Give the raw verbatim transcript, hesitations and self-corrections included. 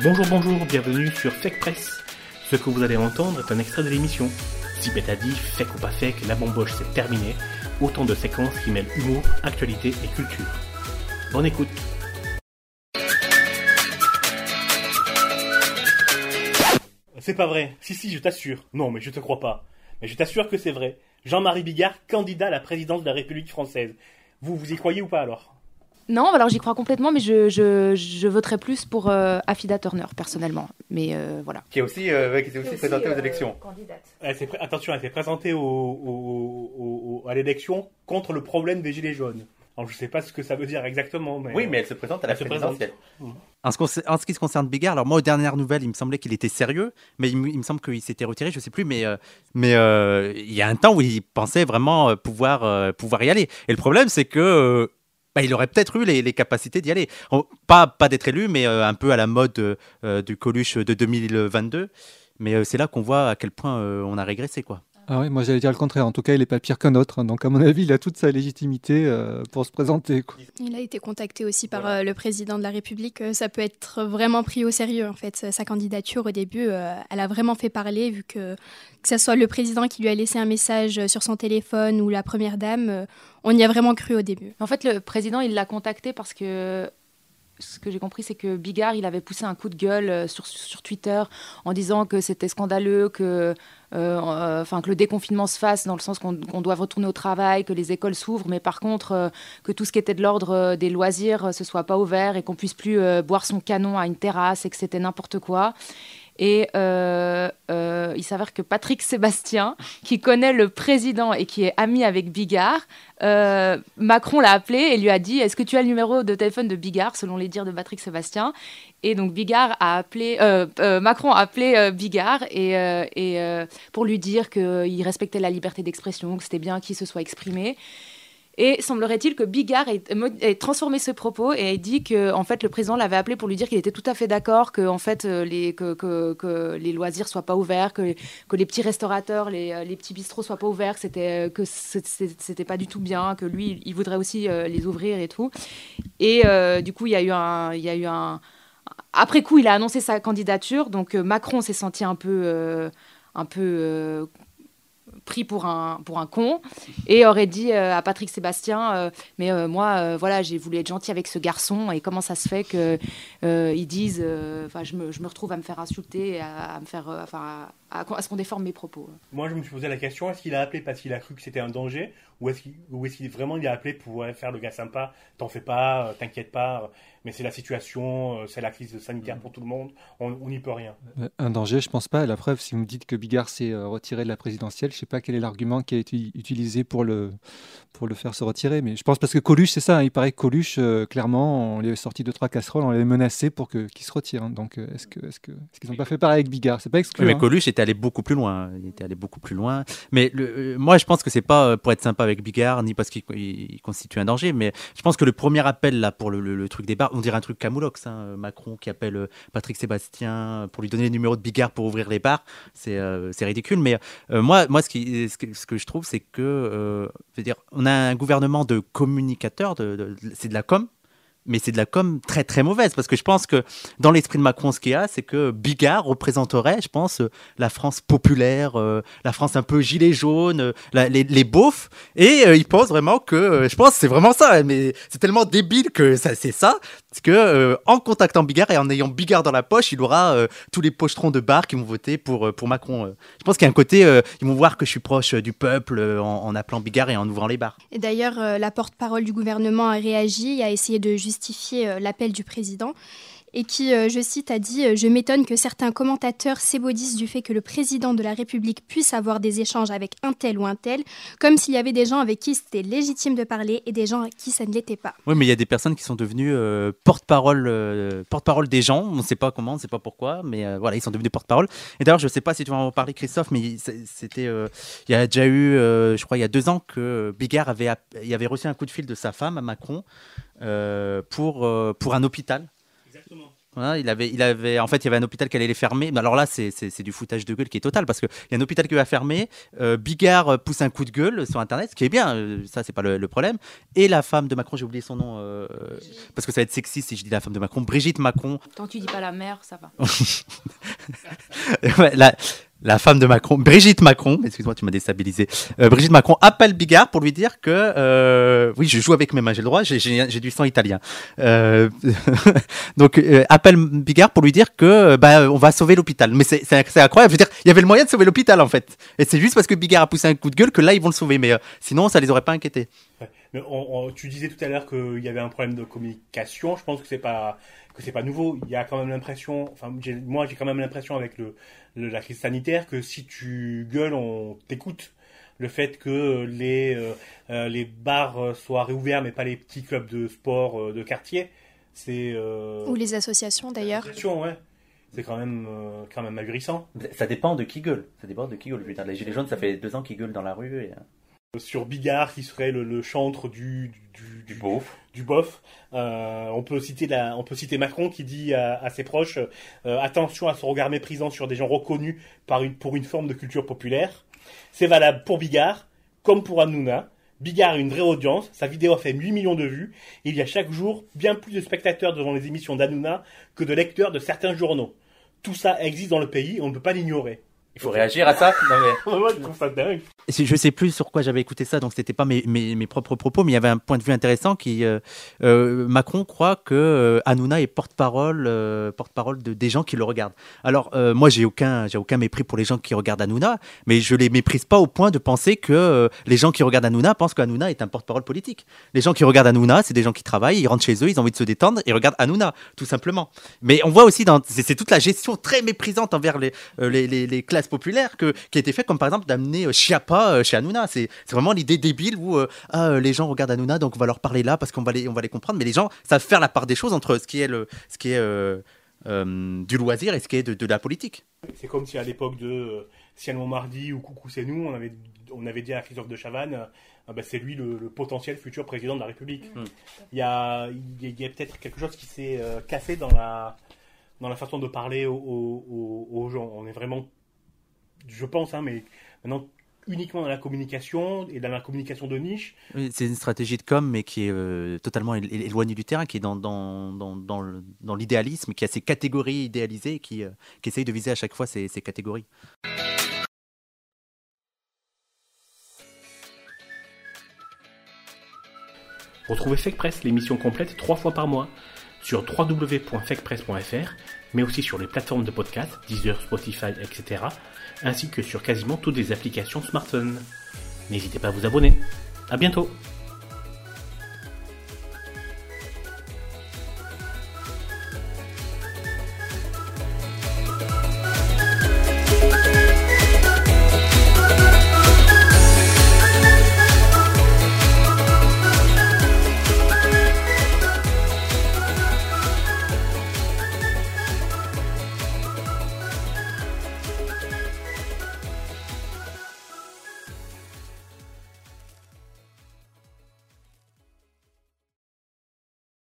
Bonjour, bonjour, bienvenue sur Fake Press. Ce que vous allez entendre est un extrait de l'émission. Si Pet a dit, fake ou pas fake, la bamboche c'est terminé. Autant de séquences qui mêlent humour, actualité et culture. Bonne écoute. C'est pas vrai. Si, si, je t'assure. Non, mais je te crois pas. Mais je t'assure que c'est vrai. Jean-Marie Bigard, candidat à la présidence de la République française. Vous, vous y croyez ou pas alors ? Non, alors j'y crois complètement, mais je, je, je voterais plus pour euh, Affida Turner, personnellement. Mais euh, voilà. Qui est aussi, euh, qui s'est aussi, aussi présentée euh, aux élections. Candidate. Elle s'est, attention, elle s'est présentée au, au, au, au, à l'élection contre le problème des Gilets jaunes. Alors, je ne sais pas ce que ça veut dire exactement. Mais oui, mais elle se présente à la présidentielle. En ce, en ce qui se concerne Bigard, alors moi, aux dernières nouvelles, il me semblait qu'il était sérieux, mais il me, il me semble qu'il s'était retiré, je ne sais plus, mais, euh, mais euh, il y a un temps où il pensait vraiment pouvoir, euh, pouvoir y aller. Et le problème, c'est que... Euh, Bah, il aurait peut-être eu les, les capacités d'y aller. Pas, pas d'être élu, mais euh, un peu à la mode euh, du Coluche de deux mille vingt-deux. Mais euh, c'est là qu'on voit à quel point euh, on a régressé, quoi. Ah oui, moi j'allais dire le contraire. En tout cas, il n'est pas pire qu'un autre. Donc à mon avis, il a toute sa légitimité euh, pour se présenter, quoi. Il a été contacté aussi par euh, le président de la République. Euh, ça peut être vraiment pris au sérieux, en fait. Sa, sa candidature, au début, euh, elle a vraiment fait parler, vu que que ce soit le président qui lui a laissé un message sur son téléphone ou la première dame, euh, on y a vraiment cru au début. En fait, le président, il l'a contacté parce que... Ce que j'ai compris, c'est que Bigard, il avait poussé un coup de gueule sur, sur Twitter en disant que c'était scandaleux, que, euh, enfin, que le déconfinement se fasse dans le sens qu'on, qu'on doit retourner au travail, que les écoles s'ouvrent, mais par contre, euh, que tout ce qui était de l'ordre des loisirs ne se soit pas ouvert et qu'on puisse plus euh, boire son canon à une terrasse et que c'était n'importe quoi. Et euh, euh, il s'avère que Patrick Sébastien, qui connaît le président et qui est ami avec Bigard, euh, Macron l'a appelé et lui a dit « Est-ce que tu as le numéro de téléphone de Bigard ?» selon les dires de Patrick Sébastien. Et donc Bigard a appelé, euh, euh, Macron a appelé euh, Bigard et, euh, et, euh, pour lui dire qu'il respectait la liberté d'expression, que c'était bien qu'il se soit exprimé. Et semblerait-il que Bigard ait, ait transformé ce propos et ait dit que en fait, le président l'avait appelé pour lui dire qu'il était tout à fait d'accord que, en fait, les, que, que, que les loisirs ne soient pas ouverts, que, que les petits restaurateurs, les, les petits bistrots ne soient pas ouverts, que c'était, que c'était pas du tout bien, que lui, il voudrait aussi les ouvrir et tout. Et euh, du coup, il y a eu un... Il y a eu un... Après coup, il a annoncé sa candidature, donc Macron s'est senti un peu... Euh, un peu euh, pris pour un, pour un con et aurait dit euh, à Patrick Sébastien euh, mais euh, moi euh, voilà j'ai voulu être gentil avec ce garçon et comment ça se fait que euh, ils disent enfin euh, je me je me retrouve à me faire insulter à, à me faire enfin à, à, à ce qu'on déforme mes propos. Moi je me suis posé la question, est-ce qu'il a appelé parce qu'il a cru que c'était un danger ou est-ce qu'il ou est-ce qu'il vraiment il a appelé pour faire le gars sympa, t'en fais pas, t'inquiète pas, mais c'est la situation, c'est la crise sanitaire pour tout le monde, on n'y peut rien. Un danger, je pense pas. La preuve, si vous me dites que Bigard s'est retiré de la présidentielle, je sais pas quel est l'argument qui a été utilisé pour le, pour le faire se retirer. Mais je pense parce que Coluche, c'est ça. Hein, il paraît que Coluche, euh, clairement, on lui avait sorti deux, trois casseroles, on l'avait menacé pour que, qu'il se retire. Hein. Donc, euh, est-ce, que, est-ce, que, est-ce qu'ils n'ont pas fait pareil avec Bigard ? C'est pas exclu. Oui, mais hein. Coluche était allé beaucoup plus loin. Il était allé beaucoup plus loin. Mais le, euh, moi, je pense que c'est pas pour être sympa avec Bigard, ni parce qu'il il, il constitue un danger. Mais je pense que le premier appel là pour le, le, le truc des bars, on dirait un truc camoulox. Hein, Macron qui appelle Patrick Sébastien pour lui donner le numéro de Bigard pour ouvrir les bars, c'est, euh, c'est ridicule. Mais euh, moi, moi, ce, qui, ce, que, ce que je trouve, c'est que, euh, je veux dire, on a un gouvernement de communicateurs, de, de, de, c'est de la com. Mais c'est de la com très très mauvaise parce que je pense que dans l'esprit de Macron, ce qu'il y a, c'est que Bigard représenterait, je pense, la France populaire, euh, la France un peu gilet jaune, euh, la, les, les beaufs. Et euh, il pense vraiment que, euh, je pense, que c'est vraiment ça. Mais c'est tellement débile que ça, c'est ça, c'est que euh, en contactant Bigard et en ayant Bigard dans la poche, il aura euh, tous les pochetrons de bar qui vont voter pour pour Macron. Je pense qu'il y a un côté, euh, ils vont voir que je suis proche du peuple euh, en, en appelant Bigard et en ouvrant les bars. Et d'ailleurs, euh, la porte-parole du gouvernement a réagi, a essayé de justifier justifier l'appel du président et qui, je cite, a dit « Je m'étonne que certains commentateurs s'ébaudissent du fait que le président de la République puisse avoir des échanges avec un tel ou un tel, comme s'il y avait des gens avec qui c'était légitime de parler et des gens avec qui ça ne l'était pas. » Oui, mais il y a des personnes qui sont devenues euh, porte-parole, euh, porte-parole des gens. On ne sait pas comment, on ne sait pas pourquoi, mais euh, voilà, ils sont devenus porte-parole. Et d'ailleurs, je ne sais pas si tu vas en parler, Christophe, mais c'était, euh, il y a déjà eu, euh, je crois, il y a deux ans que Bigard avait, il avait reçu un coup de fil de sa femme à Macron euh, pour, euh, pour un hôpital. Exactement. Voilà, il avait, il avait, en fait, il y avait un hôpital qui allait les fermer. Mais alors là, c'est, c'est, c'est du foutage de gueule qui est total parce qu'il y a un hôpital qui va fermer. Euh, Bigard pousse un coup de gueule sur Internet, ce qui est bien. Euh, ça, c'est pas le, le problème. Et la femme de Macron, j'ai oublié son nom euh, parce que ça va être sexiste si je dis la femme de Macron, Brigitte Macron. Tant que tu dis pas la mère, ça va. ouais, la, la femme de Macron, Brigitte Macron, excuse-moi, tu m'as déstabilisé. Euh, Brigitte Macron appelle Bigard pour lui dire que, euh, oui, je joue avec mes mains, j'ai le droit, j'ai, j'ai, j'ai du sang italien. Euh, donc, euh, appelle Bigard pour lui dire que, bah, on va sauver l'hôpital. Mais c'est, c'est, c'est incroyable. Je veux dire, il y avait le moyen de sauver l'hôpital, en fait. Et c'est juste parce que Bigard a poussé un coup de gueule que là, ils vont le sauver. Mais euh, sinon, ça les aurait pas inquiétés. Ouais. Mais on, on, tu disais tout à l'heure qu'il y avait un problème de communication. Je pense que c'est pas que c'est pas nouveau. Il y a quand même l'impression, enfin j'ai, moi j'ai quand même l'impression avec le, le la crise sanitaire que si tu gueules, on t'écoute. Le fait que les euh, euh, les bars soient réouverts, mais pas les petits clubs de sport euh, de quartier, c'est euh... ou les associations d'ailleurs. Les associations, ouais. C'est quand même euh, quand même ahurissant. Ça dépend de qui gueule. Ça dépend de qui gueule. Je veux dire, les gilets jaunes, ça fait deux ans qu'ils gueulent dans la rue. Et... Sur Bigard, qui serait le, le chantre du du, du, du beauf. Du bof. Euh, on peut citer la, on peut citer Macron qui dit à, à ses proches euh, attention à ce regard méprisant sur des gens reconnus par une, pour une forme de culture populaire. C'est valable pour Bigard comme pour Hanouna. Bigard a une vraie audience, sa vidéo a fait huit millions de vues, et il y a chaque jour bien plus de spectateurs devant les émissions d'Hanouna que de lecteurs de certains journaux. Tout ça existe dans le pays, on ne peut pas l'ignorer. Il faut réagir à ça. Non mais... Moi, je trouve ça dingue. Je sais plus sur quoi j'avais écouté ça, donc c'était pas mes, mes, mes propres propos, mais il y avait un point de vue intéressant qui euh, euh, Macron croit que euh, Hanouna est porte-parole, euh, porte-parole de des gens qui le regardent. Alors euh, moi j'ai aucun j'ai aucun mépris pour les gens qui regardent Hanouna, mais je les méprise pas au point de penser que euh, les gens qui regardent Hanouna pensent qu'Hanouna est un porte-parole politique. Les gens qui regardent Hanouna, c'est des gens qui travaillent, ils rentrent chez eux, ils ont envie de se détendre, ils regardent Hanouna, tout simplement. Mais on voit aussi dans c'est, c'est toute la gestion très méprisante envers les euh, les, les, les classes populaires que qui a été fait, comme par exemple d'amener euh, Chiappa euh, chez Hanouna. C'est, c'est vraiment l'idée débile où euh, ah, euh, les gens regardent Hanouna, donc on va leur parler là parce qu'on va les, on va les comprendre. Mais les gens savent faire la part des choses entre ce qui est, le, ce qui est euh, euh, du loisir et ce qui est de, de la politique. C'est comme si à l'époque de euh, Ciel Montmardi ou Coucou c'est nous, on avait, on avait dit à Christophe de Chavannes, euh, bah, c'est lui le, le potentiel futur président de la République. Mmh. Il, y a, il, y a, il y a peut-être quelque chose qui s'est euh, cassé dans la, dans la façon de parler aux, aux, aux gens. On est vraiment, je pense, hein, mais maintenant uniquement dans la communication et dans la communication de niche. Oui, c'est une stratégie de com, mais qui est euh, totalement éloignée du terrain, qui est dans, dans, dans, dans, le, dans l'idéalisme, qui a ses catégories idéalisées et qui, euh, qui essaye de viser à chaque fois ces, ces catégories. Retrouvez Fake Press, l'émission complète, trois fois par mois sur w w w point fake press point f r, mais aussi sur les plateformes de podcast, Deezer, Spotify, et cetera, ainsi que sur quasiment toutes les applications smartphones. N'hésitez pas à vous abonner. À bientôt!